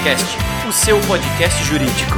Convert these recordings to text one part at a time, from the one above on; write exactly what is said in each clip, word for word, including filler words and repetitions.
Juriscast, o seu podcast jurídico.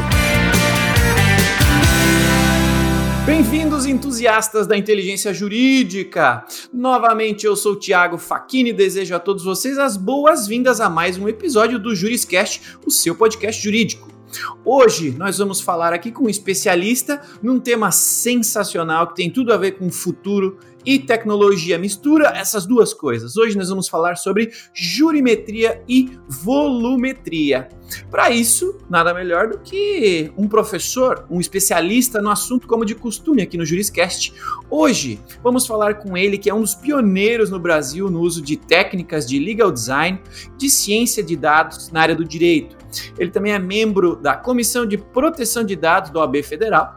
Bem-vindos, entusiastas da inteligência jurídica! Novamente, eu sou o Thiago Facchini e desejo a todos vocês as boas-vindas a mais um episódio do Juriscast, o seu podcast jurídico. Hoje nós vamos falar aqui com um especialista num tema sensacional que tem tudo a ver com o futuro e tecnologia. Mistura essas duas coisas. Hoje nós vamos falar sobre jurimetria e volumetria. Para isso, nada melhor do que um professor, um especialista no assunto como de costume aqui no Juriscast. Hoje vamos falar com ele, que é um dos pioneiros no Brasil no uso de técnicas de legal design, de ciência de dados na área do direito. Ele também é membro da Comissão de Proteção de Dados da O A B Federal,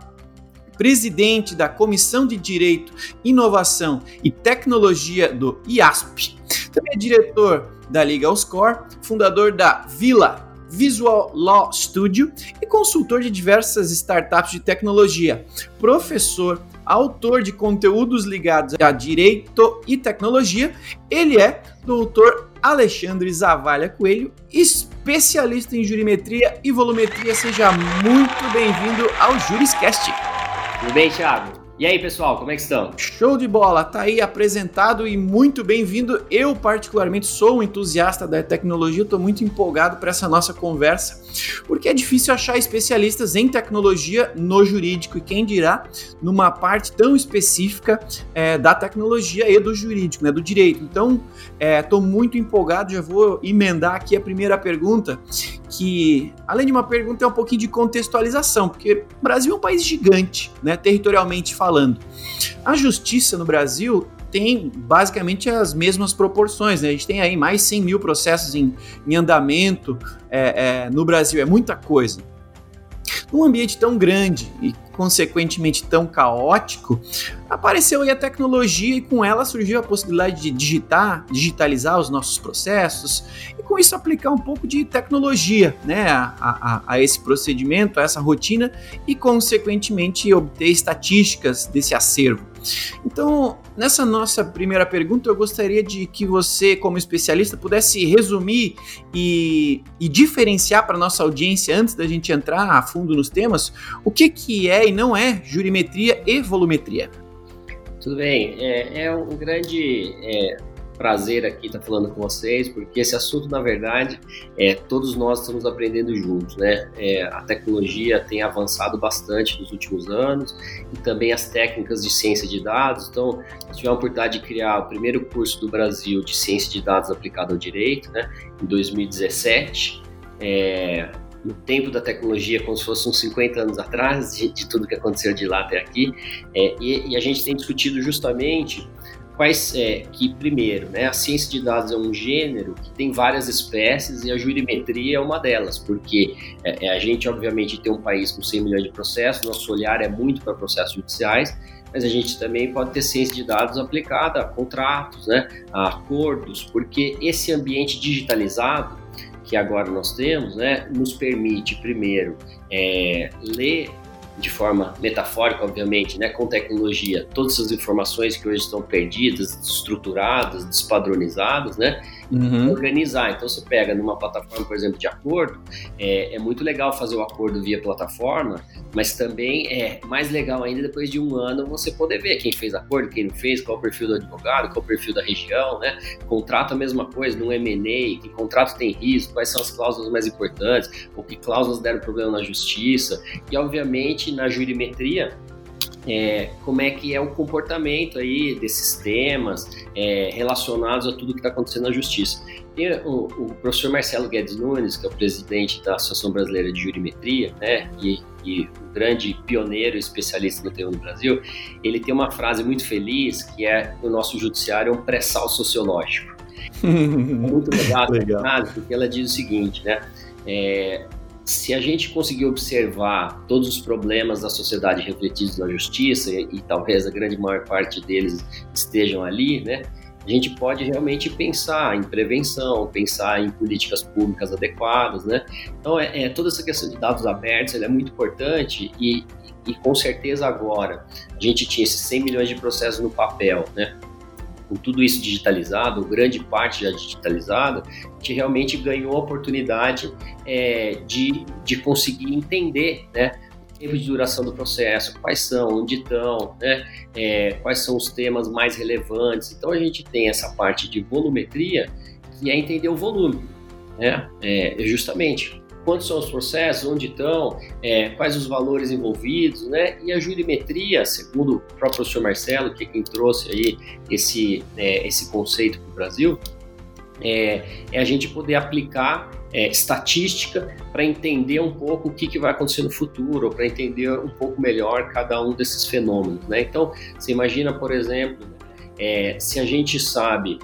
presidente da Comissão de Direito, Inovação e Tecnologia do I A S P, também é diretor da LegalScore, fundador da Vila Visual Law Studio e consultor de diversas startups de tecnologia, professor, autor de conteúdos ligados a direito e tecnologia. Ele é doutor Alexandre Zavalha Coelho, especialista em jurimetria e volumetria. Seja muito bem-vindo ao Juriscast. Tudo bem, Thiago? E aí, pessoal, como é que estão? Show de bola, tá aí apresentado e muito bem-vindo. Eu, particularmente, sou um entusiasta da tecnologia, estou muito empolgado para essa nossa conversa, porque é difícil achar especialistas em tecnologia no jurídico, e quem dirá numa parte tão específica é, da tecnologia e do jurídico, né, do direito. Então, estou é, muito empolgado, já vou emendar aqui a primeira pergunta, que, além de uma pergunta, é um pouquinho de contextualização, porque o Brasil é um país gigante, né, territorialmente falando. A justiça no Brasil tem basicamente as mesmas proporções, né? A gente tem aí mais cem mil processos em, em andamento é, é, no Brasil, é muita coisa. Num ambiente tão grande e, consequentemente, tão caótico, apareceu aí a tecnologia e com ela surgiu a possibilidade de digitar, digitalizar os nossos processos e com isso aplicar um pouco de tecnologia, né, a, a, a esse procedimento, a essa rotina e, consequentemente, obter estatísticas desse acervo. Então, nessa nossa primeira pergunta, eu gostaria de que você, como especialista, pudesse resumir e, e diferenciar para a nossa audiência, antes da gente entrar a fundo nos temas, o que, que é e não é jurimetria e volumetria. Tudo bem, é, é um grande é, prazer aqui estar falando com vocês, porque esse assunto, na verdade, é, todos nós estamos aprendendo juntos, né? É, a tecnologia tem avançado bastante nos últimos anos e também as técnicas de ciência de dados. Então, nós tivemos a oportunidade de criar o primeiro curso do Brasil de ciência de dados aplicado ao direito, né, em dois mil e dezessete. É, no tempo da tecnologia, como se fosse uns cinquenta anos atrás, de, de tudo que aconteceu de lá até aqui, é, e, e a gente tem discutido justamente quais, é, que primeiro, né, a ciência de dados é um gênero que tem várias espécies e a jurimetria é uma delas, porque é, a gente obviamente tem um país com cem milhões de processos, nosso olhar é muito para processos judiciais, mas a gente também pode ter ciência de dados aplicada a contratos, né, a acordos, porque esse ambiente digitalizado que agora nós temos, né, nos permite, primeiro, é, ler de forma metafórica, obviamente, né, com tecnologia, todas essas informações que hoje estão perdidas, estruturadas, despadronizadas, né, uhum. organizar. Então, você pega numa plataforma, por exemplo, de acordo, é, é muito legal fazer o acordo via plataforma, mas também é mais legal ainda depois de um ano você poder ver quem fez acordo, quem não fez, qual o perfil do advogado, qual o perfil da região, né, contrato a mesma coisa, num M and A, que contrato tem risco, quais são as cláusulas mais importantes, ou que cláusulas deram problema na justiça, e obviamente na jurimetria, é, como é que é o comportamento aí desses temas é, relacionados a tudo que está acontecendo na justiça. Tem o, o professor Marcelo Guedes Nunes, que é o presidente da Associação Brasileira de Jurimetria, né, e, e um grande pioneiro e especialista no tema no Brasil, ele tem uma frase muito feliz, que é: o nosso judiciário é um pré-sal sociológico. É muito legal, legal. Frase, porque ela diz o seguinte, né, é, se a gente conseguir observar todos os problemas da sociedade refletidos na justiça, e, e talvez a grande maior parte deles estejam ali, né, a gente pode realmente pensar em prevenção, pensar em políticas públicas adequadas, né? Então, é, é, toda essa questão de dados abertos, ela é muito importante e, e, com certeza, agora, a gente tinha esses cem milhões de processos no papel, né? com tudo isso digitalizado, grande parte já digitalizada, a gente realmente ganhou a oportunidade é, de, de conseguir entender, né, o tempo de duração do processo, quais são, onde estão, né, é, quais são os temas mais relevantes. Então a gente tem essa parte de volumetria, que é entender o volume, né, é, justamente quantos são os processos, onde estão, é, quais os valores envolvidos, né? E a jurimetria, segundo o próprio professor Marcelo, que é quem trouxe aí esse, é, esse conceito para o Brasil, é, é a gente poder aplicar é, estatística para entender um pouco o que, que vai acontecer no futuro, ou para entender um pouco melhor cada um desses fenômenos, né? Então, você imagina, por exemplo, é, se a gente sabe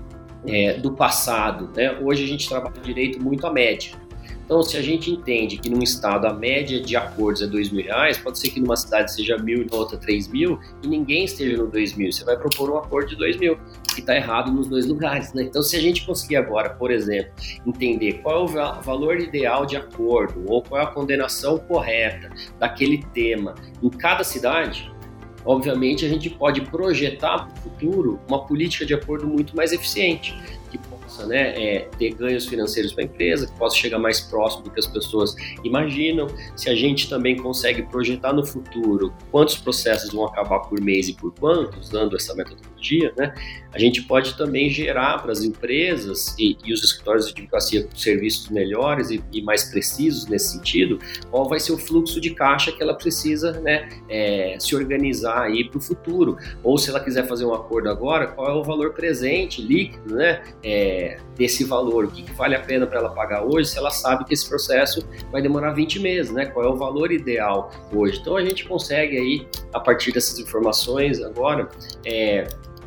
é, do passado, né? Hoje a gente trabalha direito muito à média. Então, se a gente entende que num estado a média de acordos é dois mil reais, pode ser que numa cidade seja mil e na outra três mil e ninguém esteja no dois mil. Você vai propor um acordo de dois mil, que está errado nos dois lugares, né? Então, se a gente conseguir agora, por exemplo, entender qual é o valor ideal de acordo ou qual é a condenação correta daquele tema em cada cidade, obviamente a gente pode projetar para o futuro uma política de acordo muito mais eficiente, que possa, né, é, ter ganhos financeiros para a empresa, que possa chegar mais próximo do que as pessoas imaginam. Se a gente também consegue projetar no futuro quantos processos vão acabar por mês e por quanto, usando essa metodologia, né, a gente pode também gerar para as empresas e, e os escritórios de advocacia serviços melhores e, e mais precisos nesse sentido, qual vai ser o fluxo de caixa que ela precisa, né, é, se organizar aí para o futuro. Ou se ela quiser fazer um acordo agora, qual é o valor presente, líquido, né, é, desse valor, o que, que vale a pena para ela pagar hoje, se ela sabe que esse processo vai demorar vinte meses, né? Qual é o valor ideal hoje. Então a gente consegue aí, a partir dessas informações agora, é,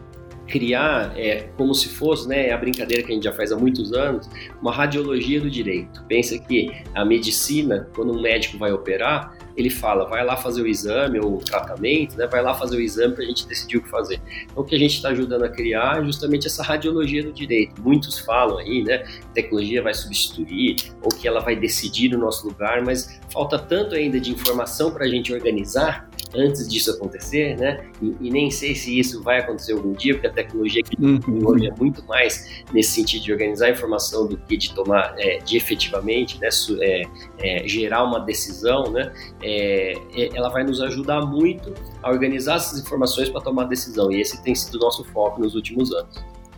criar, é, como se fosse, né, a brincadeira que a gente já faz há muitos anos, uma radiologia do direito. Pensa que a medicina, quando um médico vai operar, ele fala, vai lá fazer o exame ou o tratamento, né, vai lá fazer o exame para a gente decidir o que fazer. Então o que a gente está ajudando a criar é justamente essa radiologia do direito. Muitos falam aí, né, que a tecnologia vai substituir ou que ela vai decidir no nosso lugar, mas falta tanto ainda de informação para a gente organizar antes disso acontecer, né? E, e nem sei se isso vai acontecer algum dia, porque a tecnologia que uhum. hoje é muito mais nesse sentido de organizar a informação do que de tomar, é, de efetivamente, né, é, é, gerar uma decisão, né? É, ela vai nos ajudar muito a organizar essas informações para tomar decisão, e esse tem sido o nosso foco nos últimos anos.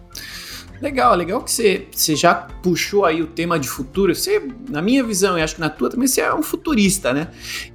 Legal, legal que você, você já puxou aí o tema de futuro. Você, na minha visão, e acho que na tua também, você é um futurista, né?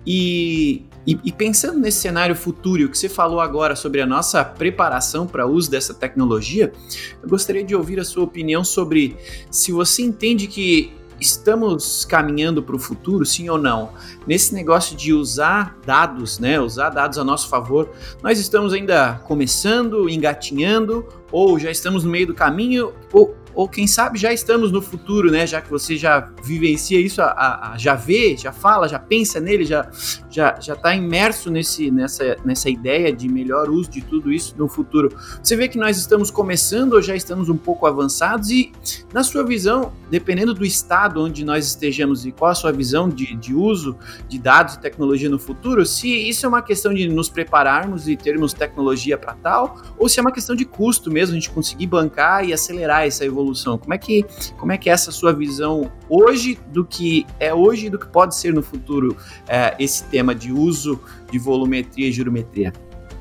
E, e, e pensando nesse cenário futuro, o que você falou agora sobre a nossa preparação para o uso dessa tecnologia, eu gostaria de ouvir a sua opinião sobre se você entende que estamos caminhando para o futuro, sim ou não? Nesse negócio de usar dados, né? Usar dados a nosso favor, nós estamos ainda começando, engatinhando, ou já estamos no meio do caminho, ou, ou quem sabe já estamos no futuro, né? Já que você já vivencia isso, a, a, já vê, já fala, já pensa nele, já já já está imerso nesse, nessa, nessa ideia de melhor uso de tudo isso no futuro. Você vê que nós estamos começando ou já estamos um pouco avançados e, na sua visão, dependendo do estado onde nós estejamos e qual a sua visão de, de uso de dados e tecnologia no futuro, se isso é uma questão de nos prepararmos e termos tecnologia para tal, ou se é uma questão de custo mesmo, a gente conseguir bancar e acelerar essa evolução. Como é que, como é que é essa sua visão hoje do que é hoje e do que pode ser no futuro, é, esse tema de uso de volumetria e jurometria?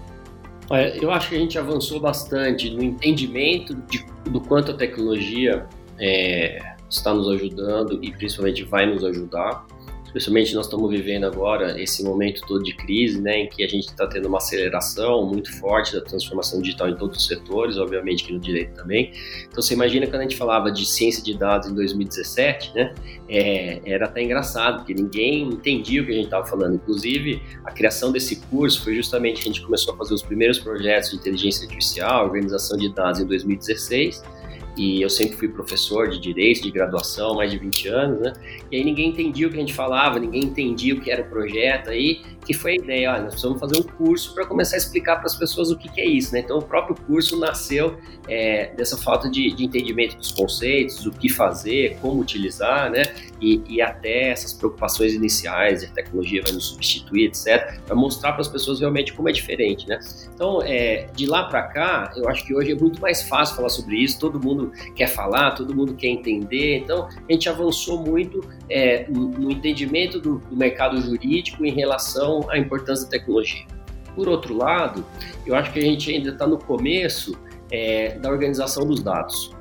Eu acho que a gente avançou bastante no entendimento de, do quanto a tecnologia é, está nos ajudando e principalmente vai nos ajudar. Especialmente nós estamos vivendo agora esse momento todo de crise, né, em que a gente está tendo uma aceleração muito forte da transformação digital em todos os setores, obviamente que no direito também. Então você imagina quando a gente falava de ciência de dados em dois mil e dezessete, né, é, era até engraçado, porque ninguém entendia o que a gente estava falando. Inclusive, a criação desse curso foi justamente que a gente começou a fazer os primeiros projetos de inteligência artificial, organização de dados em dois mil e dezesseis, e eu sempre fui professor de direito, de graduação, mais de vinte anos, né? E aí ninguém entendia o que a gente falava, ninguém entendia o que era o projeto, aí que foi a ideia, olha, nós precisamos fazer um curso para começar a explicar para as pessoas o que, que é isso, né? Então o próprio curso nasceu é, dessa falta de, de entendimento dos conceitos, o que fazer, como utilizar, né? E, e até essas preocupações iniciais, a tecnologia vai nos substituir, etcétera, para mostrar para as pessoas realmente como é diferente, né? Então, é, de lá para cá, eu acho que hoje é muito mais fácil falar sobre isso, todo mundo quer falar, todo mundo quer entender, então a gente avançou muito é, no, no entendimento do, do mercado jurídico em relação à importância da tecnologia. Por outro lado, eu acho que a gente ainda está no começo é, da organização dos dados.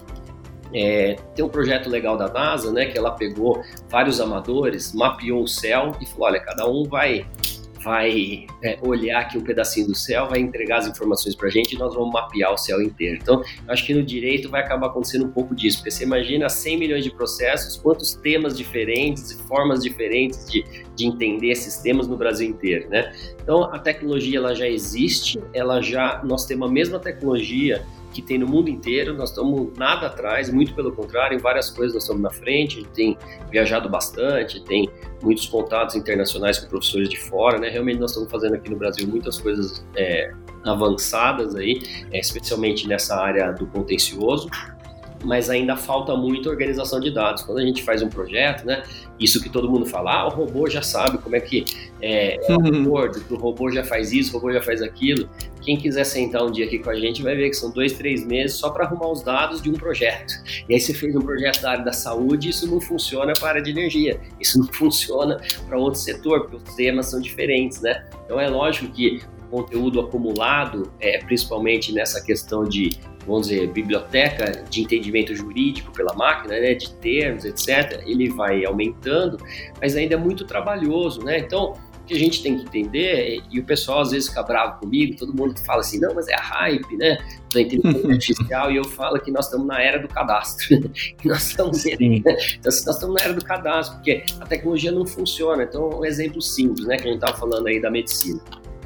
É, tem um projeto legal da NASA, né, que ela pegou vários amadores, mapeou o céu e falou, olha, cada um vai, vai é, olhar aqui um pedacinho do céu, vai entregar as informações para a gente e nós vamos mapear o céu inteiro. Então, eu acho que no direito vai acabar acontecendo um pouco disso, porque você imagina cem milhões de processos, quantos temas diferentes e formas diferentes de, de entender esses temas no Brasil inteiro, né? Então, a tecnologia ela já existe, ela já, nós temos a mesma tecnologia que tem no mundo inteiro, nós estamos nada atrás, muito pelo contrário, em várias coisas nós estamos na frente, a gente tem viajado bastante, tem muitos contatos internacionais com professores de fora, né? Realmente nós estamos fazendo aqui no Brasil muitas coisas é, avançadas aí, é, especialmente nessa área do contencioso, mas ainda falta muito organização de dados. Quando a gente faz um projeto, né, isso que todo mundo fala, ah, o robô já sabe como é que é, é o acordo, o robô já faz isso, o robô já faz aquilo. Quem quiser sentar um dia aqui com a gente vai ver que são dois, três meses só para arrumar os dados de um projeto. E aí você fez um projeto da área da saúde, isso não funciona para a área de energia, isso não funciona para outro setor, porque os temas são diferentes, né? Então é lógico que o conteúdo acumulado, é, principalmente nessa questão de, vamos dizer, biblioteca de entendimento jurídico pela máquina, né, de termos, etcétera, ele vai aumentando, mas ainda é muito trabalhoso, né? Então, o que a gente tem que entender, e o pessoal às vezes fica bravo comigo, todo mundo fala assim, não, mas é a hype, né, da inteligência artificial, e eu falo que nós estamos na era do cadastro. nós estamos, né? Então, nós estamos na era do cadastro, porque a tecnologia não funciona. Então, um exemplo simples, né, que a gente estava falando aí da medicina,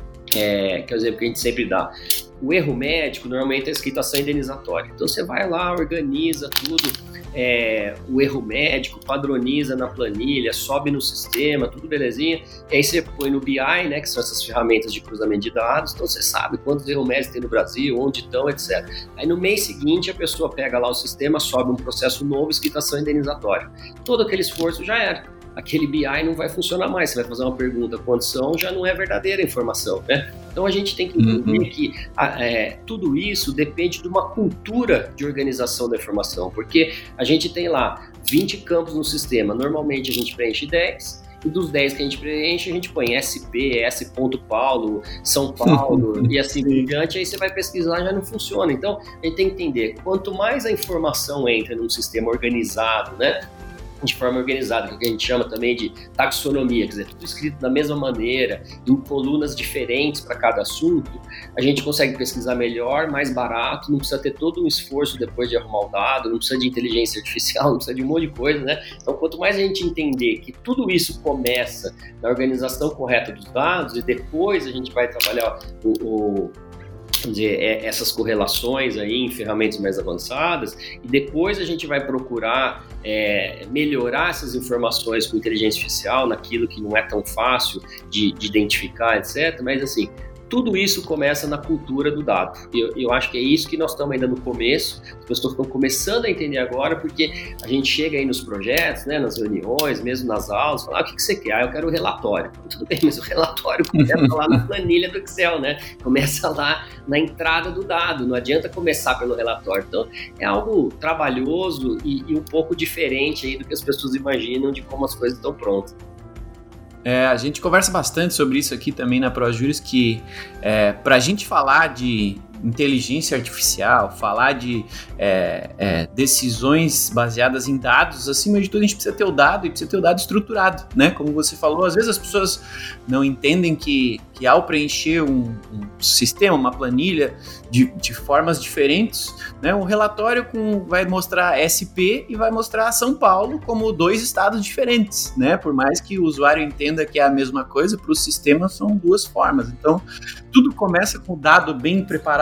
é, que é o exemplo que a gente sempre dá. O erro médico normalmente é escrito ação indenizatória. Então você vai lá, organiza tudo, é, o erro médico, padroniza na planilha, sobe no sistema, tudo belezinha. E aí você põe no B I, né, que são essas ferramentas de cruzamento de dados. Então você sabe quantos erros médicos tem no Brasil, onde estão, etcétera. Aí no mês seguinte a pessoa pega lá o sistema, sobe um processo novo, escrito ação indenizatória. Todo aquele esforço já era. Aquele B I não vai funcionar mais, você vai fazer uma pergunta, quantos são, já não é verdadeira informação, né? Então a gente tem que entender uhum. que a, é, tudo isso depende de uma cultura de organização da informação, porque a gente tem lá vinte campos no sistema, normalmente a gente preenche dez, e dos dez que a gente preenche, a gente põe S P, S. Paulo, São Paulo e assim por diante, aí você vai pesquisar, já não funciona. Então a gente tem que entender, quanto mais a informação entra num sistema organizado, né? De forma organizada, que é o que a gente chama também de taxonomia, quer dizer, tudo escrito da mesma maneira, em colunas diferentes para cada assunto, a gente consegue pesquisar melhor, mais barato, não precisa ter todo um esforço depois de arrumar o dado, não precisa de inteligência artificial, não precisa de um monte de coisa, né? Então, quanto mais a gente entender que tudo isso começa na organização correta dos dados e depois a gente vai trabalhar o, o Vamos dizer, essas correlações aí em ferramentas mais avançadas, e depois a gente vai procurar é, melhorar essas informações com inteligência artificial naquilo que não é tão fácil de, de identificar, etcétera. Mas assim, tudo isso começa na cultura do dado. Eu, eu acho que é isso que nós estamos ainda no começo, as pessoas estão começando a entender agora, porque a gente chega aí nos projetos, né, nas reuniões, mesmo nas aulas, fala, ah, o que, que você quer? Ah, eu quero o relatório. Tudo bem, mas o relatório começa lá na planilha do Excel, né? Começa lá na entrada do dado, não adianta começar pelo relatório. Então, é algo trabalhoso e, e um pouco diferente aí do que as pessoas imaginam de como as coisas estão prontas. É, a gente conversa bastante sobre isso aqui também na ProJuris, que é, para a gente falar de inteligência artificial, falar de é, é, decisões baseadas em dados, acima de tudo a gente precisa ter o dado e precisa ter o dado estruturado, né? Como você falou, às vezes as pessoas não entendem que, que ao preencher um, um sistema, uma planilha de, de formas diferentes, né? O relatório com, vai mostrar S P e vai mostrar São Paulo como dois estados diferentes, né? Por mais que o usuário entenda que é a mesma coisa, para o sistema são duas formas. Então, tudo começa com o dado bem preparado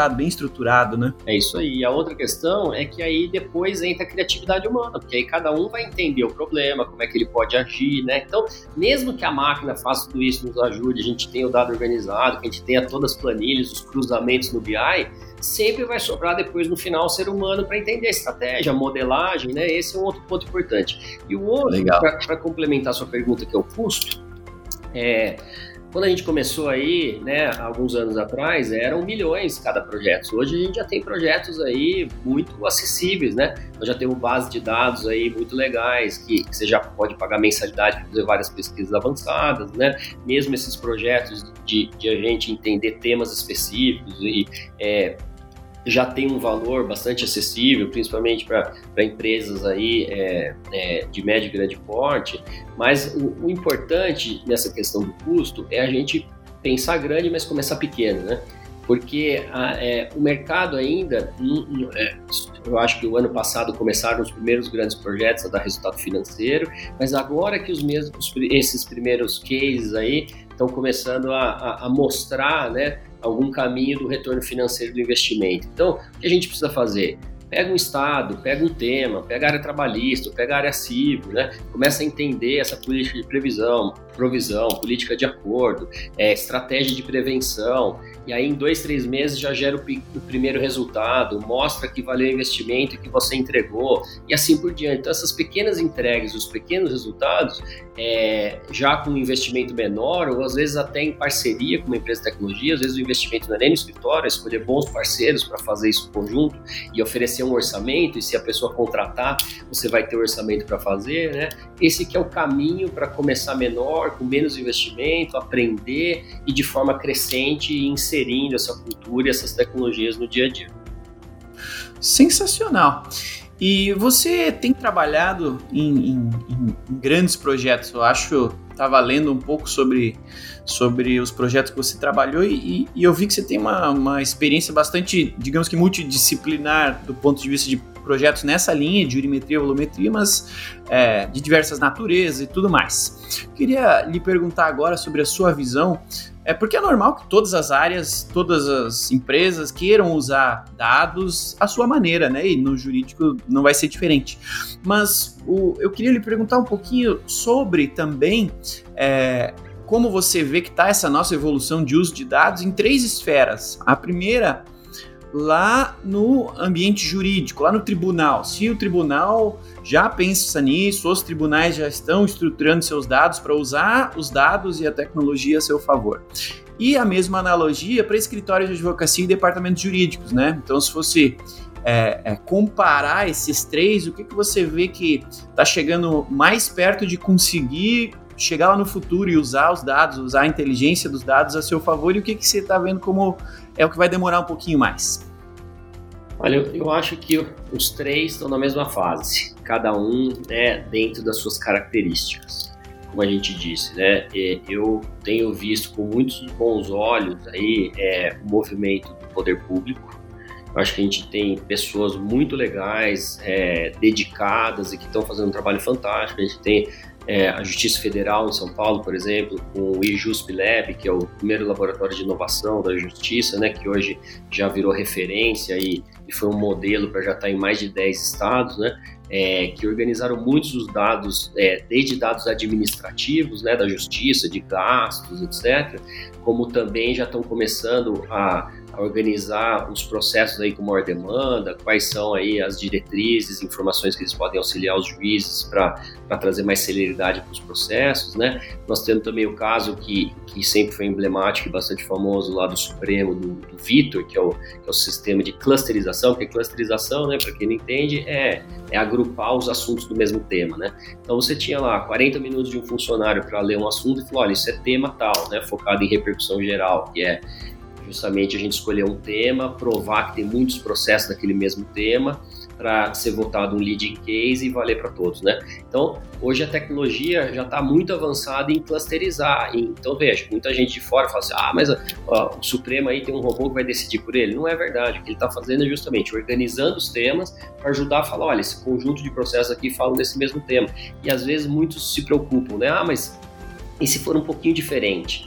organizado, bem estruturado, né? É isso aí. E a outra questão é que aí depois entra a criatividade humana, porque aí cada um vai entender o problema, como é que ele pode agir, né? Então, mesmo que a máquina faça tudo isso, nos ajude, a gente tenha o dado organizado, que a gente tenha todas as planilhas, os cruzamentos no B I, sempre vai sobrar depois no final o ser humano para entender a estratégia, a modelagem, né? Esse é um outro ponto importante. E o outro, para complementar a sua pergunta, que é o custo, é... Quando a gente começou aí, né, alguns anos atrás, eram milhões cada projeto. Hoje a gente já tem projetos aí muito acessíveis, né? Nós já temos base de dados aí muito legais, que, que você já pode pagar mensalidade para fazer várias pesquisas avançadas, né? Mesmo esses projetos de, de a gente entender temas específicos e é, já tem um valor bastante acessível, principalmente para empresas aí, é, é, de médio e grande porte, mas o, o importante nessa questão do custo é a gente pensar grande, mas começar pequeno, né? Porque a, é, o mercado ainda, é, eu acho que o ano passado começaram os primeiros grandes projetos a dar resultado financeiro, mas agora que os mesmos, esses primeiros cases aí estão começando a, a, a mostrar, né, algum caminho do retorno financeiro do investimento. Então, o que a gente precisa fazer? Pega um estado, pega um tema, pega a área trabalhista, pega a área civil, né? Começa a entender essa política de previsão, provisão, política de acordo, é, estratégia de prevenção, e aí em dois, três meses já gera o, o primeiro resultado, mostra que valeu o investimento e que você entregou, e assim por diante. Então essas pequenas entregas, os pequenos resultados, é, já com um investimento menor, ou às vezes até em parceria com uma empresa de tecnologia, às vezes o investimento não é nem no escritório, é escolher bons parceiros para fazer isso em conjunto e oferecer um orçamento, e se a pessoa contratar, você vai ter o orçamento para fazer, né? Esse que é o caminho para começar menor, com menos investimento, aprender e de forma crescente e inserindo essa cultura e essas tecnologias no dia a dia. Sensacional! E você tem trabalhado em, em, em grandes projetos, eu acho, estava lendo um pouco sobre, sobre os projetos que você trabalhou e, e eu vi que você tem uma, uma experiência bastante, digamos que multidisciplinar do ponto de vista de projetos nessa linha de jurimetria, volumetria, mas é, de diversas naturezas e tudo mais. Queria lhe perguntar agora sobre a sua visão, é porque é normal que todas as áreas, todas as empresas queiram usar dados à sua maneira, né? E no jurídico não vai ser diferente. Mas o, eu queria lhe perguntar um pouquinho sobre também é, como você vê que está essa nossa evolução de uso de dados em três esferas. A primeira, lá no ambiente jurídico, lá no tribunal. Se o tribunal já pensa nisso, os tribunais já estão estruturando seus dados para usar os dados e a tecnologia a seu favor. E a mesma analogia para escritórios de advocacia e departamentos jurídicos, né? Então, se fosse é, é, comparar esses três, o que, que você vê que está chegando mais perto de conseguir chegar lá no futuro e usar os dados, usar a inteligência dos dados a seu favor, e o que, que você está vendo como é o que vai demorar um pouquinho mais? Olha, eu, eu acho que os três estão na mesma fase, cada um, né, dentro das suas características, como a gente disse, né? Eu tenho visto com muitos bons olhos aí é, o movimento do poder público. Eu acho que a gente tem pessoas muito legais, é, dedicadas e que estão fazendo um trabalho fantástico. A gente tem É, a Justiça Federal em São Paulo, por exemplo, com o iJustLab, que é o primeiro laboratório de inovação da Justiça, né, que hoje já virou referência e, e foi um modelo para já estar em mais de dez estados, né, é, que organizaram muitos dos dados, é, desde dados administrativos, né, da Justiça, de gastos, etcétera, como também já estão começando a a organizar os processos aí com maior demanda, quais são aí as diretrizes, informações que eles podem auxiliar os juízes para trazer mais celeridade para os processos, né? Nós temos também o caso que, que sempre foi emblemático e bastante famoso lá do Supremo, do, do Vitor, que é, o, que é o sistema de clusterização, que clusterização, né, para quem não entende, é, é agrupar os assuntos do mesmo tema, né? Então você tinha lá quarenta minutos de um funcionário para ler um assunto e falou, olha, isso é tema tal, né, focado em repercussão geral, que é justamente a gente escolher um tema, provar que tem muitos processos daquele mesmo tema para ser votado um leading case e valer para todos, né? Então, hoje a tecnologia já está muito avançada em clusterizar. Então, veja, muita gente de fora fala assim, ah, mas ó, o Supremo aí tem um robô que vai decidir por ele. Não é verdade. O que ele está fazendo é justamente organizando os temas para ajudar a falar, olha, esse conjunto de processos aqui falam desse mesmo tema. E às vezes muitos se preocupam, né? Ah, mas e se for um pouquinho diferente?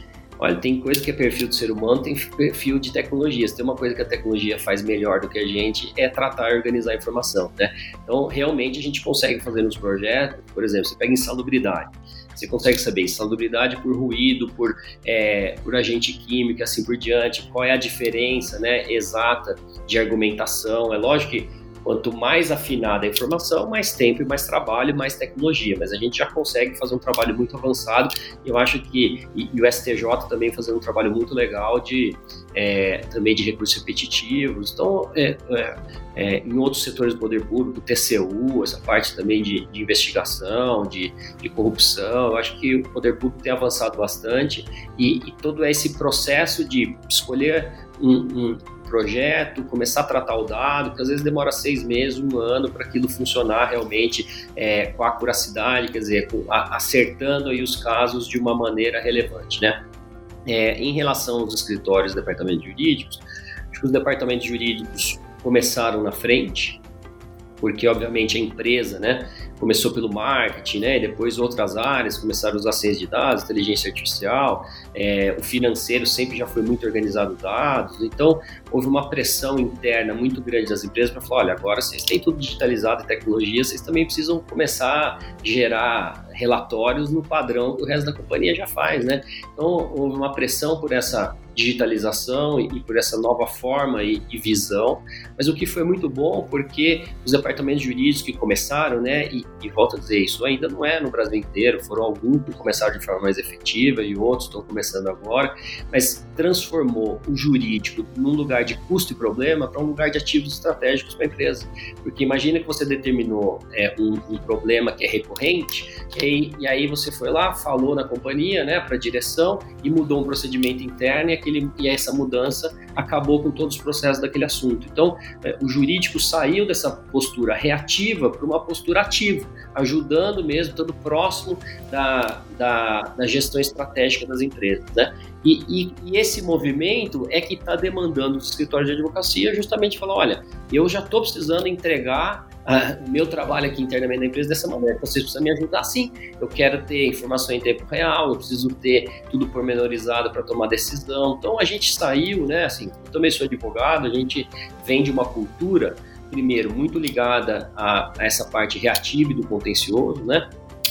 Olha, tem coisa que é perfil do ser humano, tem perfil de tecnologia. Se tem uma coisa que a tecnologia faz melhor do que a gente, é tratar e organizar a informação, né? Então, realmente, a gente consegue fazer nos projetos, por exemplo, você pega insalubridade, você consegue saber insalubridade por ruído, por, é, por agente químico, assim por diante, qual é a diferença, né, exata de argumentação. É lógico que quanto mais afinada a informação, mais tempo e mais trabalho, mais tecnologia, mas a gente já consegue fazer um trabalho muito avançado, e eu acho que e, e o S T J também fazendo um trabalho muito legal de, é, também de recursos repetitivos. Então, é, é, é, em outros setores do poder público, T C U, essa parte também de, de investigação, de, de corrupção, eu acho que o poder público tem avançado bastante, e, e todo esse processo de escolher um, um projeto, começar a tratar o dado, que às vezes demora seis meses, um ano para aquilo funcionar realmente é, com a acuracidade, quer dizer, com, a, acertando aí os casos de uma maneira relevante, né? É, em relação aos escritórios e departamentos jurídicos, acho que os departamentos jurídicos começaram na frente, porque obviamente a empresa, né, começou pelo marketing, né, e depois outras áreas começaram a usar ciência de dados, inteligência artificial, é, o financeiro sempre já foi muito organizado dados, então houve uma pressão interna muito grande das empresas para falar, olha, agora vocês têm tudo digitalizado e tecnologia, vocês também precisam começar a gerar relatórios no padrão que o resto da companhia já faz, né? Então houve uma pressão por essa digitalização e por essa nova forma e, e visão, mas o que foi muito bom porque os departamentos jurídicos que começaram, né, e, e volto a dizer, isso ainda não é no Brasil inteiro, foram alguns que começaram de forma mais efetiva e outros estão começando agora, mas transformou o jurídico num lugar de custo e problema para um lugar de ativos estratégicos para a empresa, porque imagina que você determinou é, um, um problema que é recorrente, e aí, e aí você foi lá, falou na companhia, né, para a direção e mudou um procedimento interno e Aquele, e essa mudança acabou com todos os processos daquele assunto. Então, é, o jurídico saiu dessa postura reativa para uma postura ativa, ajudando mesmo, estando próximo da, da, da gestão estratégica das empresas, né? E, e, e esse movimento é que está demandando os escritórios de advocacia justamente falar, olha, eu já estou precisando entregar ah, o meu trabalho aqui internamente da empresa dessa maneira, vocês precisam me ajudar sim, eu quero ter informação em tempo real, eu preciso ter tudo pormenorizado para tomar decisão. Então a gente saiu, né, assim, eu também sou advogado, a gente vem de uma cultura, primeiro, muito ligada a, a essa parte reativa e do contencioso, né?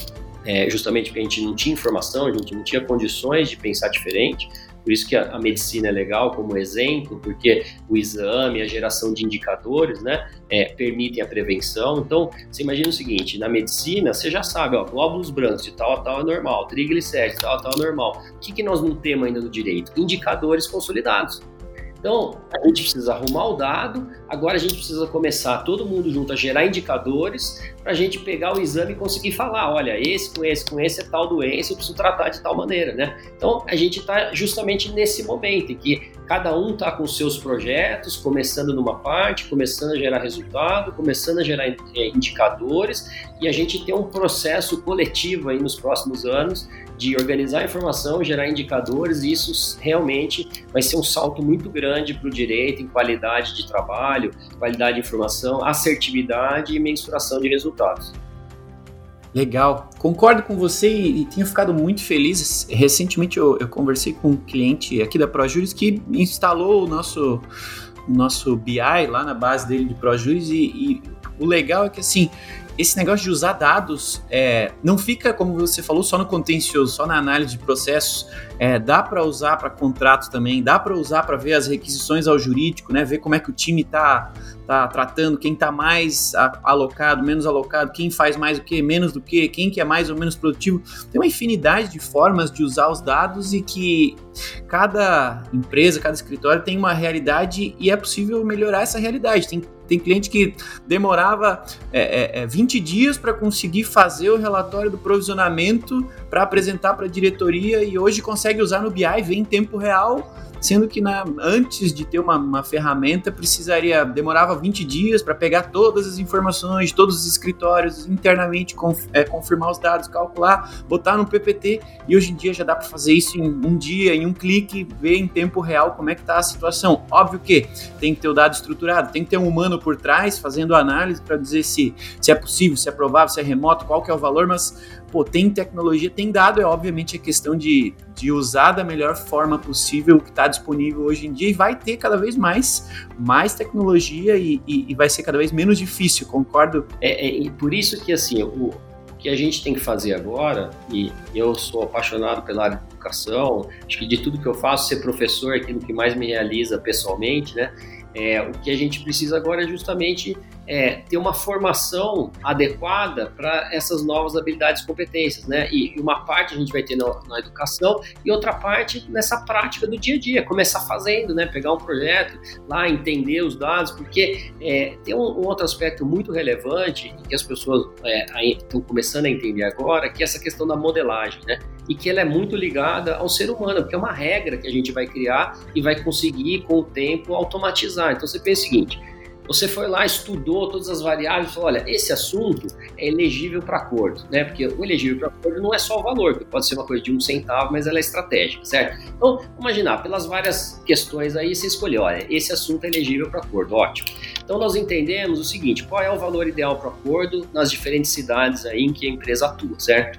É, justamente porque a gente não tinha informação, a gente não tinha condições de pensar diferente, por isso que a, a medicina é legal como exemplo, porque o exame, a geração de indicadores, né, é, permitem a prevenção. Então, você imagina o seguinte, na medicina, você já sabe, ó, glóbulos brancos de tal a tal é normal, triglicéridos de tal a tal é normal. O que, que nós não temos ainda no direito? Indicadores consolidados. Então, a gente precisa arrumar o dado, agora a gente precisa começar todo mundo junto a gerar indicadores para a gente pegar o exame e conseguir falar, olha, esse com esse, com esse é tal doença, eu preciso tratar de tal maneira, né? Então, a gente está justamente nesse momento em que cada um está com seus projetos, começando numa parte, começando a gerar resultado, começando a gerar é, indicadores, e a gente tem um processo coletivo aí nos próximos anos de organizar a informação, gerar indicadores, e isso realmente vai ser um salto muito grande para o direito em qualidade de trabalho, qualidade de informação, assertividade e mensuração de resultados. Legal, concordo com você e, e tenho ficado muito feliz. Recentemente eu, eu conversei com um cliente aqui da ProJuris que instalou o nosso, o nosso B I lá na base dele de ProJuris e, e o legal é que assim, esse negócio de usar dados é, não fica, como você falou, só no contencioso, só na análise de processos, é, dá para usar para contratos também, dá para usar para ver as requisições ao jurídico, né, ver como é que o time está tá tratando, quem está mais a, alocado, menos alocado, quem faz mais o que, menos do que, quem que é mais ou menos produtivo. Tem uma infinidade de formas de usar os dados e que cada empresa, cada escritório tem uma realidade e é possível melhorar essa realidade. Tem Tem cliente que demorava é, é, vinte dias para conseguir fazer o relatório do provisionamento para apresentar para a diretoria e hoje consegue usar no B I, ver em tempo real sendo que na, antes de ter uma, uma ferramenta precisaria, demorava vinte dias para pegar todas as informações de todos os escritórios, internamente conf, é, confirmar os dados, calcular, botar no P P T, e hoje em dia já dá para fazer isso em um dia, em um clique, ver em tempo real como é que está a situação. Óbvio que tem que ter o dado estruturado, tem que ter um humano por trás fazendo análise para dizer se, se é possível, se é provável, se é remoto, qual que é o valor, mas pô, tem tecnologia, tem dado, é obviamente a questão de, de usar da melhor forma possível o que está disponível hoje em dia, e vai ter cada vez mais, mais tecnologia e, e, e vai ser cada vez menos difícil, concordo? É, é por isso que assim, o, o que a gente tem que fazer agora, e eu sou apaixonado pela área de educação, acho que de tudo que eu faço, ser professor é aquilo que mais me realiza pessoalmente, né? É, o que a gente precisa agora é justamente é, ter uma formação adequada para essas novas habilidades e competências, né? E, e uma parte a gente vai ter na, na educação e outra parte nessa prática do dia a dia, começar fazendo, né? Pegar um projeto lá, entender os dados, porque é, tem um, um outro aspecto muito relevante e que as pessoas é, estão começando a entender agora, que é essa questão da modelagem, né? E que ela é muito ligada ao ser humano, porque é uma regra que a gente vai criar e vai conseguir, com o tempo, automatizar. Então você pensa o seguinte, você foi lá, estudou todas as variáveis e falou, olha, esse assunto é elegível para acordo, né? Porque o elegível para acordo não é só o valor, que pode ser uma coisa de um centavo, mas ela é estratégica, certo? Então, vamos imaginar, pelas várias questões aí, você escolheu, olha, esse assunto é elegível para acordo, ótimo. Então, nós entendemos o seguinte, qual é o valor ideal para acordo nas diferentes cidades aí em que a empresa atua, certo?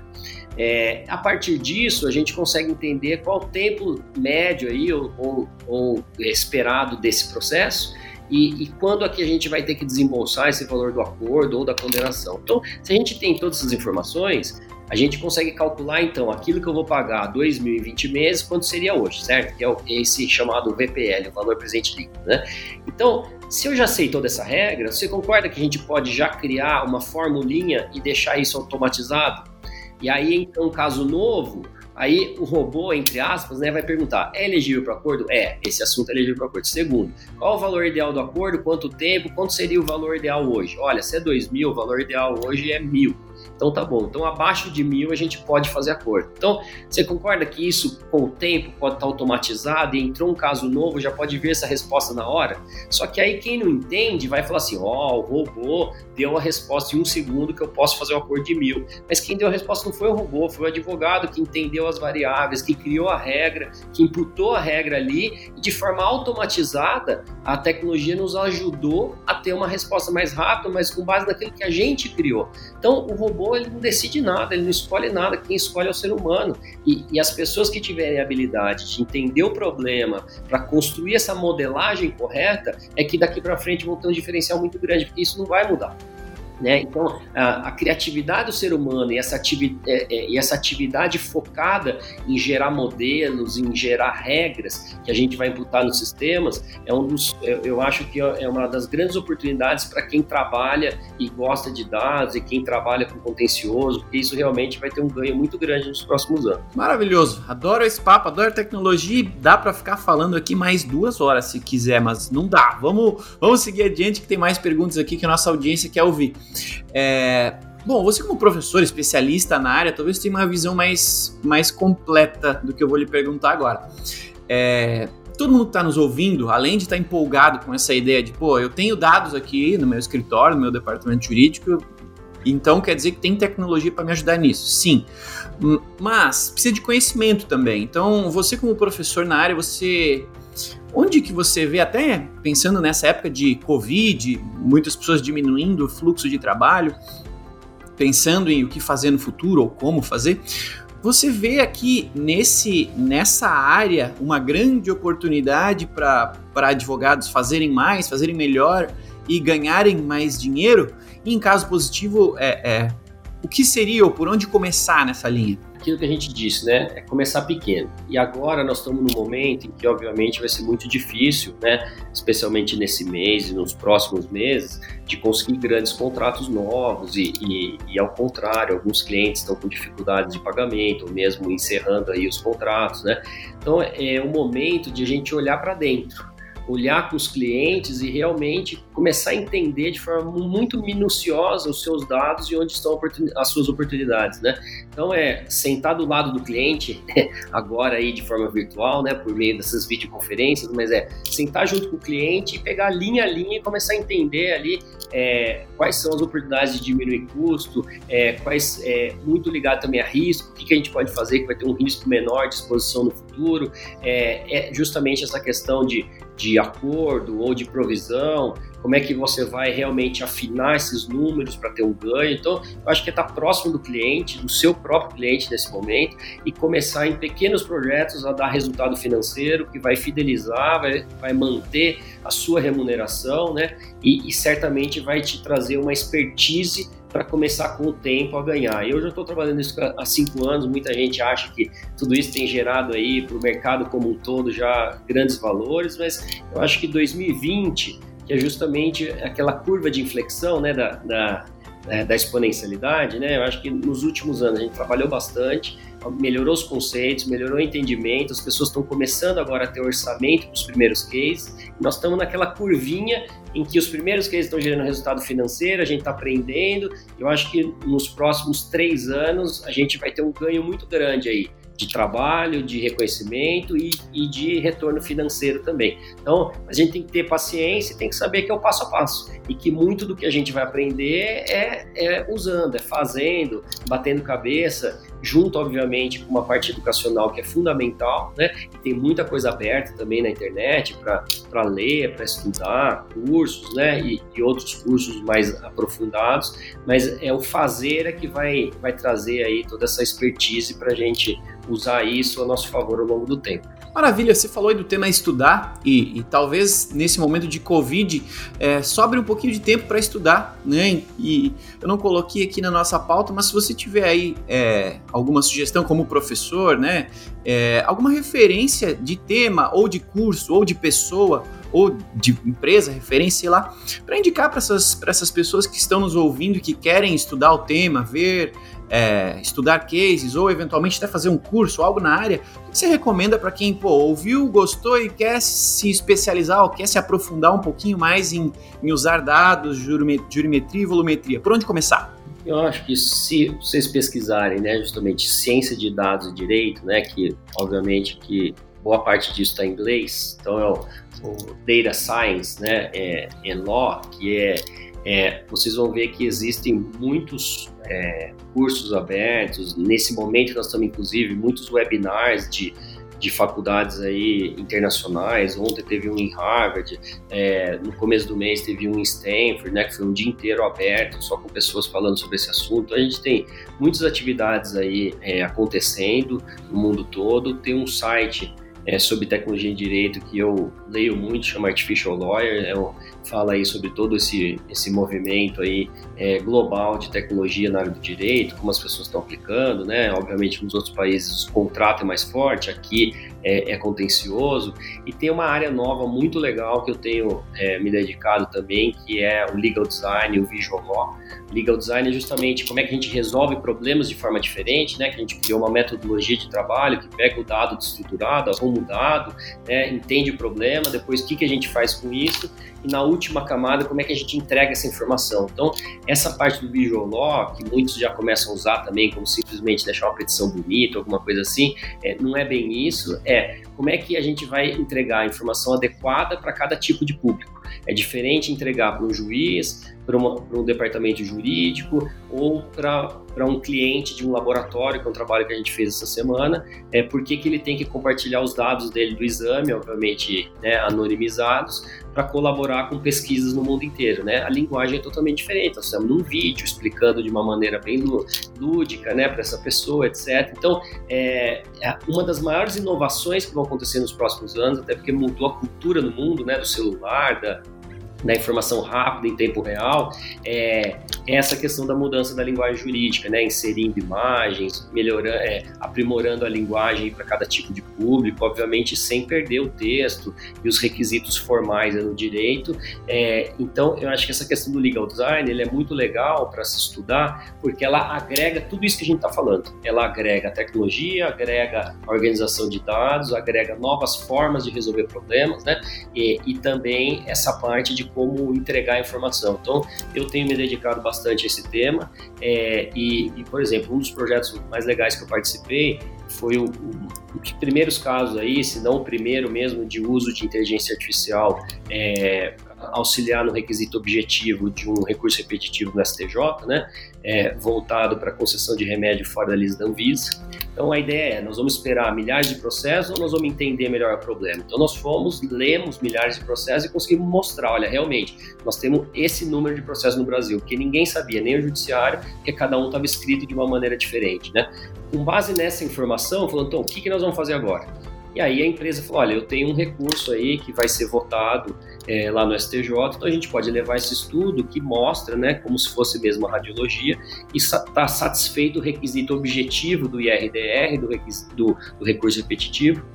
É, a partir disso, a gente consegue entender qual o tempo médio aí, ou, ou, ou esperado desse processo e, e quando aqui a gente vai ter que desembolsar esse valor do acordo ou da condenação. Então, se a gente tem todas essas informações, a gente consegue calcular, então, aquilo que eu vou pagar dois mil e vinte meses, quanto seria hoje, certo? Que é esse chamado V P L, o valor presente líquido, né? Então, se eu já sei toda essa regra, você concorda que a gente pode já criar uma formulinha e deixar isso automatizado? E aí, então, um caso novo, aí o robô, entre aspas, né, vai perguntar, é elegível para acordo? É, esse assunto é elegível para acordo. Segundo, qual o valor ideal do acordo? Quanto tempo? Quanto seria o valor ideal hoje? Olha, se é dois mil, o valor ideal hoje é mil. Então tá bom, então abaixo de mil a gente pode fazer acordo. Então, você concorda que isso com o tempo pode estar automatizado e entrou um caso novo, já pode ver essa resposta na hora? Só que aí quem não entende vai falar assim, ó, oh, o robô deu a resposta em um segundo que eu posso fazer um acordo de mil. Mas quem deu a resposta não foi o robô, foi o advogado que entendeu as variáveis, que criou a regra, que imputou a regra ali e de forma automatizada a tecnologia nos ajudou a ter uma resposta mais rápida, mas com base naquilo que a gente criou. Então, o robô ele não decide nada, ele não escolhe nada, quem escolhe é o ser humano. E, e as pessoas que tiverem a habilidade de entender o problema para construir essa modelagem correta, é que daqui para frente vão ter um diferencial muito grande, porque isso não vai mudar. Né? Então, a, a criatividade do ser humano e essa, ativi- é, é, e essa atividade focada em gerar modelos, em gerar regras que a gente vai imputar nos sistemas, é um dos, eu, eu acho que é uma das grandes oportunidades para quem trabalha e gosta de dados e quem trabalha com contencioso, porque isso realmente vai ter um ganho muito grande nos próximos anos. Maravilhoso, adoro esse papo, adoro tecnologia, dá para ficar falando aqui mais duas horas se quiser, mas não dá, vamos, vamos seguir adiante que tem mais perguntas aqui que a nossa audiência quer ouvir. É, bom, você como professor, especialista na área, talvez tenha uma visão mais, mais completa do que eu vou lhe perguntar agora. É, todo mundo que está nos ouvindo, além de estar empolgado com essa ideia de, pô, eu tenho dados aqui no meu escritório, no meu departamento jurídico, então quer dizer que tem tecnologia para me ajudar nisso? Sim, mas precisa de conhecimento também. Então, você como professor na área, você... Onde que você vê, até pensando nessa época de Covid, muitas pessoas diminuindo o fluxo de trabalho, pensando em o que fazer no futuro ou como fazer, você vê aqui nesse, nessa área uma grande oportunidade para advogados fazerem mais, fazerem melhor e ganharem mais dinheiro? E em caso positivo, é, é, o que seria ou por onde começar nessa linha? Aquilo que a gente disse, né, é começar pequeno. E agora nós estamos num momento em que, obviamente, vai ser muito difícil, né, especialmente nesse mês e nos próximos meses, de conseguir grandes contratos novos e, e, e ao contrário, alguns clientes estão com dificuldades de pagamento, ou mesmo encerrando aí os contratos, né. Então, é o momento de a gente olhar para dentro. olhar com os clientes e realmente começar a entender de forma muito minuciosa os seus dados e onde estão as suas oportunidades, né? Então é sentar do lado do cliente, agora aí de forma virtual, né, por meio dessas videoconferências, mas é sentar junto com o cliente e pegar linha a linha e começar a entender ali é, quais são as oportunidades de diminuir custo, é, quais, é, muito ligado também a risco, o que, que a gente pode fazer que vai ter um risco menor de exposição no futuro, é, é justamente essa questão de, de acordo ou de provisão, como é que você vai realmente afinar esses números para ter um ganho. Então, eu acho que é estar próximo do cliente, do seu próprio cliente nesse momento e começar em pequenos projetos a dar resultado financeiro que vai fidelizar, vai, vai manter a sua remuneração, né? E, e certamente vai te trazer uma expertise para começar com o tempo a ganhar. Eu já estou trabalhando isso há cinco anos, muita gente acha que tudo isso tem gerado aí para o mercado como um todo já grandes valores, mas eu acho que dois mil e vinte, que é justamente aquela curva de inflexão, né, da, da, da exponencialidade, né? Eu acho que nos últimos anos a gente trabalhou bastante, melhorou os conceitos, melhorou o entendimento, as pessoas estão começando agora a ter orçamento para os primeiros cases, nós estamos naquela curvinha em que os primeiros cases estão gerando resultado financeiro, a gente está aprendendo, eu acho que nos próximos três anos a gente vai ter um ganho muito grande aí, de trabalho, de reconhecimento e, e de retorno financeiro também. Então, a gente tem que ter paciência e tem que saber que é o passo a passo e que muito do que a gente vai aprender é, é usando, é fazendo, batendo cabeça, junto, obviamente, com uma parte educacional que é fundamental, né? E tem muita coisa aberta também na internet para ler, para estudar, cursos, né? E, e outros cursos mais aprofundados, mas é o fazer é que vai, vai trazer aí toda essa expertise para a gente usar isso a nosso favor ao longo do tempo. Maravilha, você falou aí do tema estudar e, e talvez nesse momento de Covid é, sobre um pouquinho de tempo para estudar, né? E eu não coloquei aqui na nossa pauta, mas se você tiver aí é, alguma sugestão como professor, né? É, alguma referência de tema ou de curso ou de pessoa ou de empresa, referência, sei lá, para indicar para essas, para essas pessoas que estão nos ouvindo e que querem estudar o tema, ver, é, estudar cases ou eventualmente até fazer um curso, algo na área, o que você recomenda para quem pô, ouviu, gostou e quer se especializar ou quer se aprofundar um pouquinho mais em, em usar dados, jurimetria e volumetria? Por onde começar? Eu acho que se vocês pesquisarem, né, justamente ciência de dados e direito, né, que obviamente que boa parte disso está em inglês, então é o, o Data Science, né, é, é Law, que é, é, vocês vão ver que existem muitos é, cursos abertos, nesse momento nós temos inclusive muitos webinars de de faculdades aí internacionais. Ontem teve um em Harvard, é, no começo do mês teve um em Stanford, né, que foi um dia inteiro aberto, só com pessoas falando sobre esse assunto. A gente tem muitas atividades aí é, acontecendo no mundo todo. Tem um site é, sobre tecnologia e direito que eu leio muito, chama Artificial Lawyer, é, fala aí sobre todo esse, esse movimento aí é, global de tecnologia na área do direito, como as pessoas estão aplicando, né? Obviamente nos outros países o contrato é mais forte, aqui é, é contencioso, e tem uma área nova muito legal que eu tenho é, me dedicado também, que é o Legal Design e o Visual Law. Legal Design é justamente como é que a gente resolve problemas de forma diferente, né? Que a gente criou uma metodologia de trabalho que pega o dado estruturado, arruma o dado, né? Entende o problema, depois o que, que a gente faz com isso, e na última camada, como é que a gente entrega essa informação. Então, essa parte do Visual Law, que muitos já começam a usar também, como simplesmente deixar uma petição bonita, alguma coisa assim, é, não é bem isso, é como é que a gente vai entregar a informação adequada para cada tipo de público. É diferente entregar para um juiz, para um departamento jurídico ou para um cliente de um laboratório, que é um trabalho que a gente fez essa semana, é porque que ele tem que compartilhar os dados dele do exame, obviamente, né, anonimizados, para colaborar com pesquisas no mundo inteiro, né? A linguagem é totalmente diferente, nós estamos num vídeo explicando de uma maneira bem lúdica, né, para essa pessoa, etcétera. Então, é uma das maiores inovações que vão acontecer nos próximos anos, até porque mudou a cultura no mundo, né, do celular, da da informação rápida em tempo real, é, é essa questão da mudança da linguagem jurídica, né? Inserindo imagens, melhorando, é, aprimorando a linguagem para cada tipo de público, obviamente sem perder o texto e os requisitos formais, né, no direito. É, então, eu acho que essa questão do legal design ele é muito legal para se estudar, porque ela agrega tudo isso que a gente está falando. Ela agrega a tecnologia, agrega a organização de dados, agrega novas formas de resolver problemas, né? E, e também essa parte de como entregar a informação. Então, eu tenho me dedicado bastante a esse tema é, e, e, por exemplo, um dos projetos mais legais que eu participei foi o, o, os primeiros casos aí, se não o primeiro mesmo, de uso de inteligência artificial é, auxiliar no requisito objetivo de um recurso repetitivo no S T J, né, é, voltado para concessão de remédio fora da lista da Anvisa. Então a ideia é, nós vamos esperar milhares de processos ou nós vamos entender melhor o problema? Então nós fomos, lemos milhares de processos e conseguimos mostrar, olha, realmente, nós temos esse número de processos no Brasil, porque ninguém sabia, nem o judiciário, porque cada um estava escrito de uma maneira diferente, né? Com base nessa informação, falando, então, o que, que nós vamos fazer agora? E aí a empresa falou, olha, eu tenho um recurso aí que vai ser votado é, lá no S T J, então a gente pode levar esse estudo que mostra, né, como se fosse mesmo a radiologia, e está satisfeito o requisito objetivo do I R D R, do, do, do recurso repetitivo.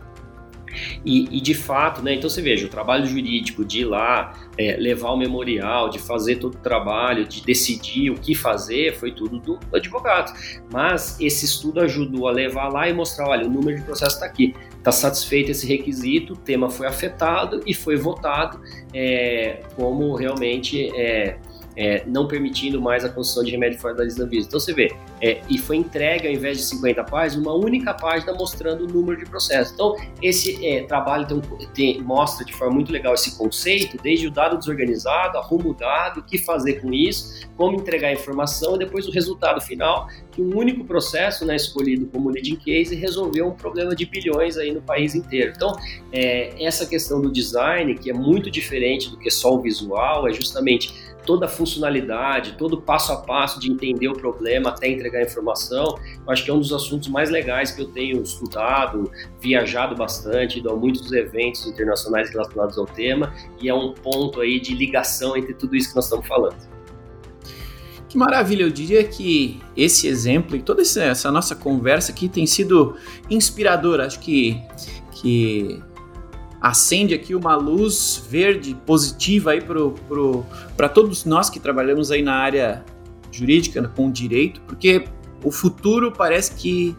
E, e de fato, né, então você veja, o trabalho jurídico de ir lá, é, levar o memorial, de fazer todo o trabalho, de decidir o que fazer, foi tudo do, do advogado. Mas esse estudo ajudou a levar lá e mostrar, olha, o número de processos está aqui, está satisfeito esse requisito, o tema foi afetado e foi votado é, como realmente... É, É, não permitindo mais a concessão de remédio fora da lista da Anvisa. Então você vê, é, e foi entregue ao invés de cinquenta páginas, uma única página mostrando o número de processos. Então esse é, trabalho tem, tem, mostra de forma muito legal esse conceito, desde o dado desorganizado, arrumo o dado, o que fazer com isso, como entregar a informação e depois o resultado final, que um único processo, né, escolhido como leading case resolveu um problema de bilhões aí no país inteiro. Então é, essa questão do design, que é muito diferente do que só o visual, é justamente toda a funcionalidade, todo o passo a passo de entender o problema até entregar a informação. Eu acho que é um dos assuntos mais legais que eu tenho estudado, viajado bastante, ido a muitos eventos internacionais relacionados ao tema, e é um ponto aí de ligação entre tudo isso que nós estamos falando. Que maravilha, eu diria que esse exemplo e toda essa nossa conversa aqui tem sido inspiradora. Acho que, que acende aqui uma luz verde positiva aí para todos nós que trabalhamos aí na área jurídica, com direito, porque o futuro parece que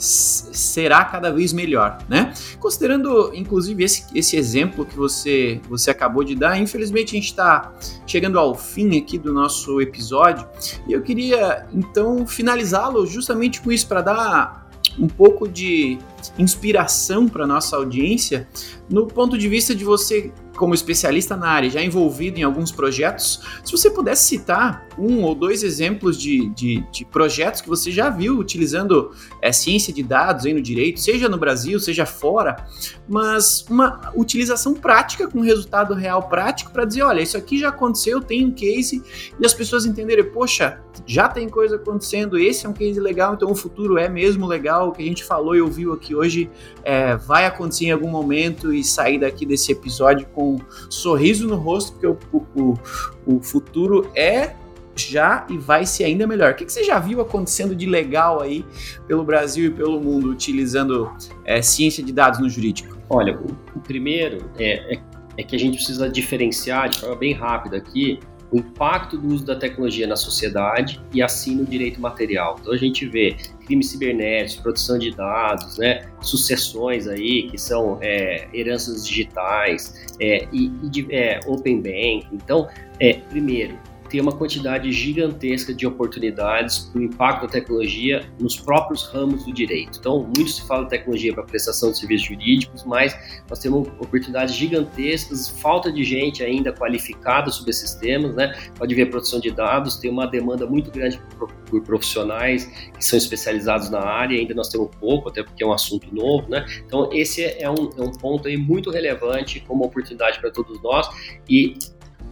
será cada vez melhor, né? Considerando, inclusive, esse, esse exemplo que você, você acabou de dar, infelizmente a gente está chegando ao fim aqui do nosso episódio e eu queria, então, finalizá-lo justamente com isso, para dar um pouco de inspiração para nossa audiência no ponto de vista de você, como especialista na área, já envolvido em alguns projetos, se você pudesse citar um ou dois exemplos de, de, de projetos que você já viu utilizando é, ciência de dados aí no direito, seja no Brasil, seja fora, mas uma utilização prática com resultado real prático para dizer, olha, isso aqui já aconteceu, tem um case, e as pessoas entenderem, poxa, já tem coisa acontecendo, esse é um case legal, então o futuro é mesmo legal, o que a gente falou e ouviu aqui hoje é, vai acontecer em algum momento e sair daqui desse episódio com um sorriso no rosto, porque o, o, o futuro é já e vai ser ainda melhor. O que, que você já viu acontecendo de legal aí pelo Brasil e pelo mundo utilizando é, ciência de dados no jurídico? Olha, o, o primeiro é, é, é que a gente precisa diferenciar de forma bem rápida aqui o impacto do uso da tecnologia na sociedade e assim no direito material. Então a gente vê crimes cibernéticos, proteção de dados, né, sucessões aí que são é, heranças digitais é, e, e de, é, open banking. Então, é, primeiro, tem uma quantidade gigantesca de oportunidades do impacto da tecnologia nos próprios ramos do direito. Então, muito se fala de tecnologia para prestação de serviços jurídicos, mas nós temos oportunidades gigantescas, falta de gente ainda qualificada sobre esses temas, né? Pode ver proteção de dados, tem uma demanda muito grande por, por profissionais que são especializados na área, ainda nós temos pouco, até porque é um assunto novo, né? Então, esse é um, é um ponto aí muito relevante como oportunidade para todos nós e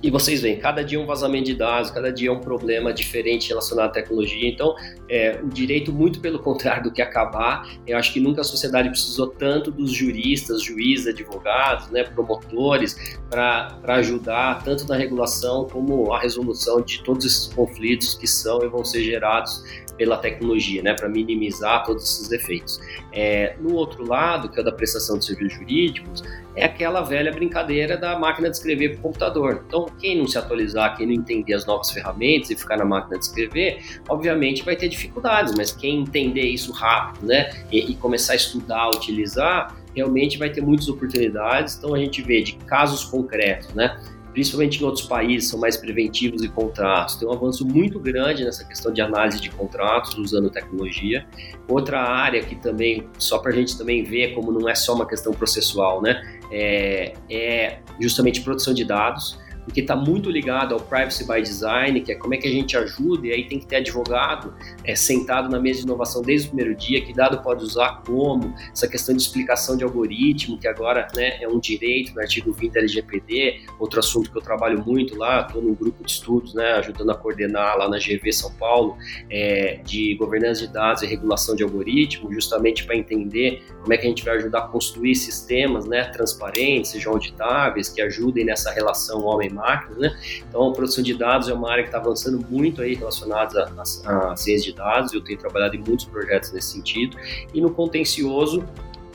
E vocês veem, cada dia um vazamento de dados, cada dia um problema diferente relacionado à tecnologia. Então, é, o direito, muito pelo contrário do que acabar, eu acho que nunca a sociedade precisou tanto dos juristas, juízes, advogados, né, promotores, para ajudar tanto na regulação como a resolução de todos esses conflitos que são e vão ser gerados pela tecnologia, né, para minimizar todos esses efeitos. É, no outro lado, que é o da prestação de serviços jurídicos, é aquela velha brincadeira da máquina de escrever para o computador. Então, quem não se atualizar, quem não entender as novas ferramentas e ficar na máquina de escrever, obviamente vai ter dificuldades, mas quem entender isso rápido, né, e, e começar a estudar, utilizar, realmente vai ter muitas oportunidades. Então, a gente vê de casos concretos, né, principalmente em outros países, são mais preventivos e contratos. Tem um avanço muito grande nessa questão de análise de contratos usando tecnologia. Outra área que também, só para a gente também ver como não é só uma questão processual, né, é, é justamente produção de dados, porque está muito ligado ao Privacy by Design, que é como é que a gente ajuda, e aí tem que ter advogado é, sentado na mesa de inovação desde o primeiro dia, que dado pode usar como, essa questão de explicação de algoritmo, que agora, né, é um direito no artigo vinte da L G P D, outro assunto que eu trabalho muito lá, estou num grupo de estudos, né, ajudando a coordenar lá na G V São Paulo, é, de governança de dados e regulação de algoritmo, justamente para entender como é que a gente vai ajudar a construir sistemas, né, transparentes, sejam auditáveis, que ajudem nessa relação homem máquinas, né? Então, a produção de dados é uma área que está avançando muito aí relacionada à ciência de dados. Eu tenho trabalhado em muitos projetos nesse sentido. E no contencioso,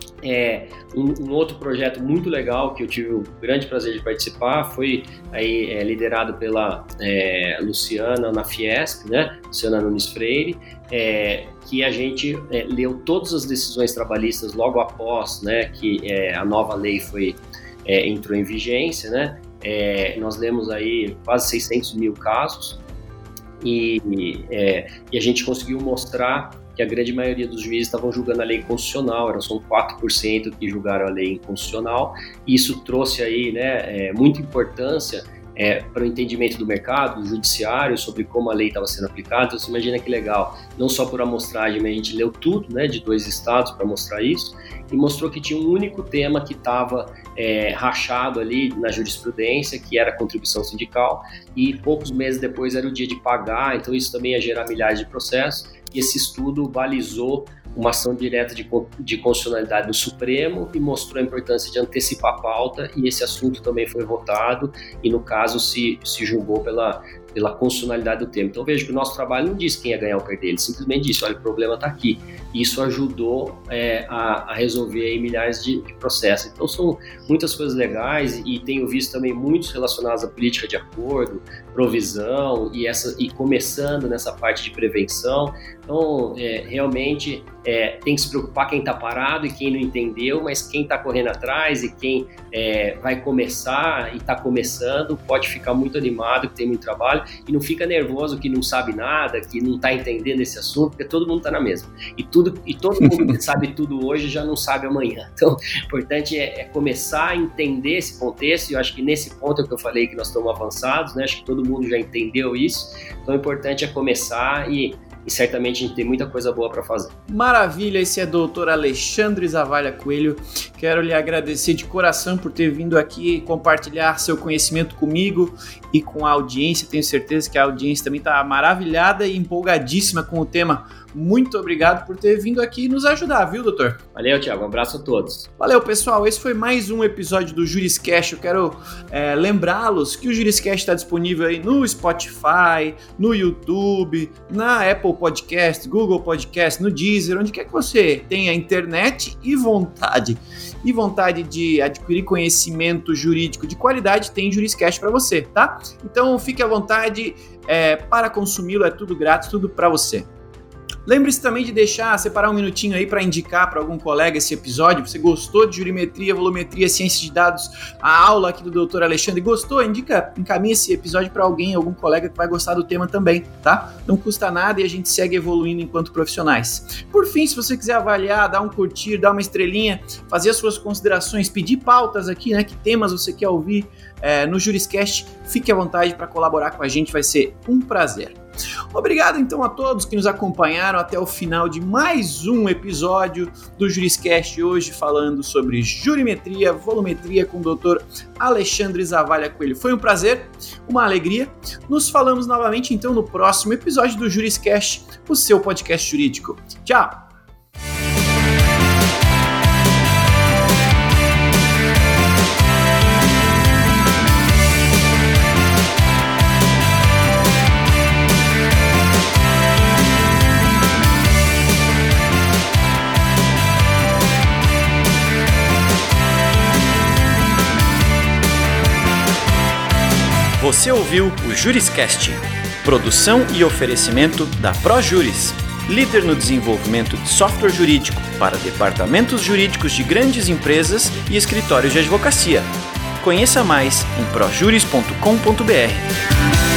é, um, um outro projeto muito legal que eu tive o grande prazer de participar foi aí, é, liderado pela é, Luciana na Fiesp, né? Luciana Nunes Freire, é, que a gente é, leu todas as decisões trabalhistas logo após, né, que é, a nova lei foi, é, entrou em vigência, né? É, nós lemos aí quase seiscentos mil casos e, é, e a gente conseguiu mostrar que a grande maioria dos juízes estavam julgando a lei inconstitucional, eram só quatro por cento que julgaram a lei inconstitucional, e isso trouxe aí, né, é, muita importância É, para o entendimento do mercado, do judiciário, sobre como a lei estava sendo aplicada. Então, você imagina que legal, não só por amostragem, mas a gente leu tudo, né, de dois estados para mostrar isso, e mostrou que tinha um único tema que estava é, rachado ali na jurisprudência, que era a contribuição sindical, e poucos meses depois era o dia de pagar, então isso também ia gerar milhares de processos, e esse estudo balizou uma ação direta de, de constitucionalidade do Supremo e mostrou a importância de antecipar a pauta, e esse assunto também foi votado e, no caso, se, se julgou pela, pela constitucionalidade do tema. Então, vejo que o nosso trabalho não diz quem ia ganhar ou perder, ele simplesmente disse, olha, o problema está aqui. E isso ajudou é, a, a resolver aí milhares de, de processos. Então, são muitas coisas legais, e tenho visto também muitos relacionados à política de acordo, provisão, e, essa, e começando nessa parte de prevenção. Então, é, realmente, é, tem que se preocupar quem está parado e quem não entendeu, mas quem está correndo atrás e quem é, vai começar e está começando pode ficar muito animado, que tem muito trabalho, e não fica nervoso que não sabe nada, que não está entendendo esse assunto, porque todo mundo está na mesma. E, tudo, e todo mundo que sabe tudo hoje já não sabe amanhã. Então, o importante é, é começar a entender esse contexto, e eu acho que nesse ponto é o que eu falei que nós estamos avançados, né? Acho que todo mundo já entendeu isso. Então, o importante é começar e E certamente a gente tem muita coisa boa para fazer. Maravilha, esse é o doutor Alexandre Zavalha Coelho. Quero lhe agradecer de coração por ter vindo aqui compartilhar seu conhecimento comigo e com a audiência. Tenho certeza que a audiência também está maravilhada e empolgadíssima com o tema. Muito obrigado por ter vindo aqui nos ajudar, viu, doutor? Valeu, Thiago. Um abraço a todos. Valeu, pessoal. Esse foi mais um episódio do Juriscast. Eu quero é, lembrá-los que o Juriscast está disponível aí no Spotify, no YouTube, na Apple Podcast, Google Podcast, no Deezer, onde quer que você tenha internet e vontade. E vontade de adquirir conhecimento jurídico de qualidade, tem Juriscast para você, tá? Então, fique à vontade é, para consumi-lo. É tudo grátis, tudo para você. Lembre-se também de deixar, separar um minutinho aí para indicar para algum colega esse episódio. Você gostou de jurimetria, volumetria, ciência de dados, a aula aqui do doutor Alexandre? Gostou? Indica, encaminha esse episódio para alguém, algum colega que vai gostar do tema também, tá? Não custa nada e a gente segue evoluindo enquanto profissionais. Por fim, se você quiser avaliar, dar um curtir, dar uma estrelinha, fazer as suas considerações, pedir pautas aqui, né? Que temas você quer ouvir é, no Juriscast, fique à vontade para colaborar com a gente, vai ser um prazer. Obrigado então a todos que nos acompanharam até o final de mais um episódio do Juriscast, hoje falando sobre jurimetria, volumetria com o doutor Alexandre Zavalha Coelho. Foi um prazer, uma alegria. Nos falamos novamente então no próximo episódio do Juriscast, o seu podcast jurídico. Tchau! Você ouviu o Juriscast, produção e oferecimento da ProJuris, líder no desenvolvimento de software jurídico para departamentos jurídicos de grandes empresas e escritórios de advocacia. Conheça mais em projuris ponto com ponto br.